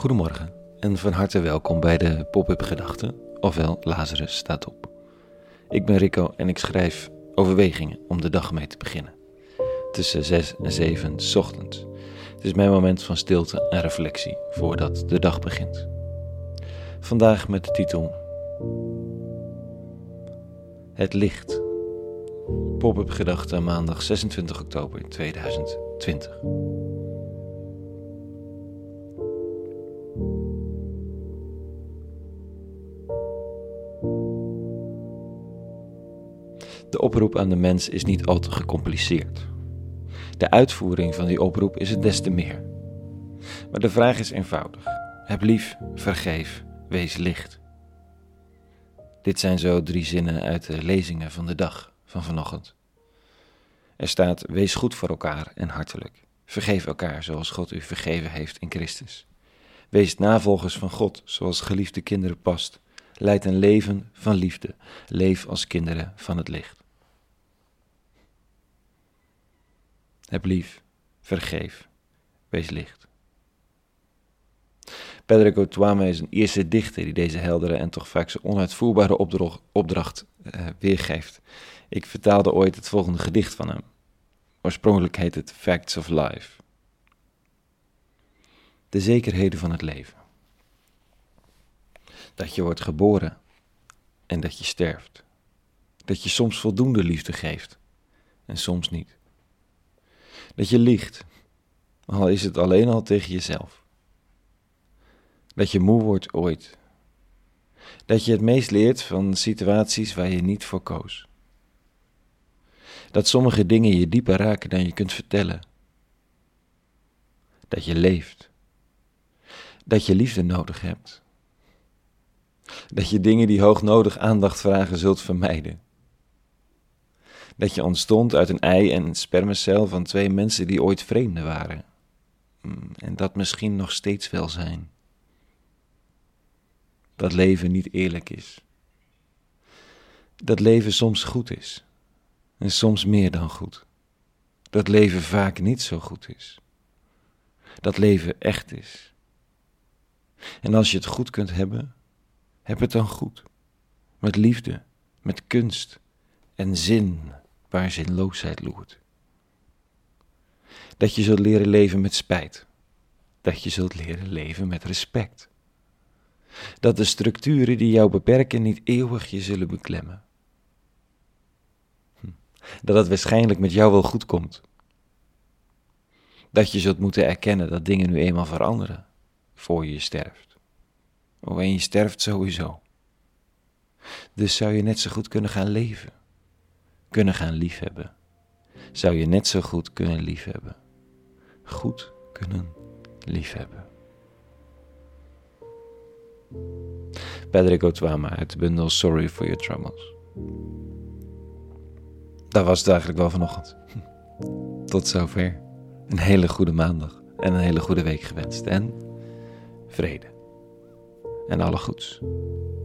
Goedemorgen en van harte welkom bij de Pop-up Gedachten, ofwel Lazarus staat op. Ik ben Rico en ik schrijf overwegingen om de dag mee te beginnen. Tussen 6 en 7 's ochtends. Het is mijn moment van stilte en reflectie voordat de dag begint. Vandaag met de titel Het licht. Pop-up Gedachten maandag 26 oktober 2020. De oproep aan de mens is niet al te gecompliceerd. De uitvoering van die oproep is het des te meer. Maar de vraag is eenvoudig. Heb lief, vergeef, wees licht. Dit zijn zo 3 zinnen uit de lezingen van de dag van vanochtend. Er staat, wees goed voor elkaar en hartelijk. Vergeef elkaar zoals God u vergeven heeft in Christus. Wees navolgers van God zoals geliefde kinderen past. Leid een leven van liefde. Leef als kinderen van het licht. Heb lief, vergeef, wees licht. Pedro Tuama is een Ierse dichter die deze heldere en toch vaak zo onuitvoerbare opdracht weergeeft. Ik vertaalde ooit het volgende gedicht van hem. Oorspronkelijk heet het Facts of Life. De zekerheden van het leven. Dat je wordt geboren en dat je sterft. Dat je soms voldoende liefde geeft en soms niet. Dat je liegt, al is het alleen al tegen jezelf. Dat je moe wordt ooit. Dat je het meest leert van situaties waar je niet voor koos. Dat sommige dingen je dieper raken dan je kunt vertellen. Dat je leeft. Dat je liefde nodig hebt. Dat je dingen die hoognodig aandacht vragen zult vermijden. Dat je ontstond uit een ei en een spermacel van 2 mensen die ooit vreemden waren. En dat misschien nog steeds wel zijn. Dat leven niet eerlijk is. Dat leven soms goed is. En soms meer dan goed. Dat leven vaak niet zo goed is. Dat leven echt is. En als je het goed kunt hebben, heb het dan goed. Met liefde, met kunst en zin waar zinloosheid loert. Dat je zult leren leven met spijt. Dat je zult leren leven met respect. Dat de structuren die jou beperken niet eeuwig je zullen beklemmen. Dat het waarschijnlijk met jou wel goed komt. Dat je zult moeten erkennen dat dingen nu eenmaal veranderen voor je sterft. Oh, en je sterft sowieso. Dus zou je net zo goed kunnen gaan leven. Kunnen gaan liefhebben. Zou je net zo goed kunnen liefhebben. Goed kunnen liefhebben. Pedro Tuama uit de bundel Sorry for Your Troubles. Dat was het eigenlijk wel vanochtend. Tot zover. Een hele goede maandag en een hele goede week gewenst. En vrede. En alle goeds.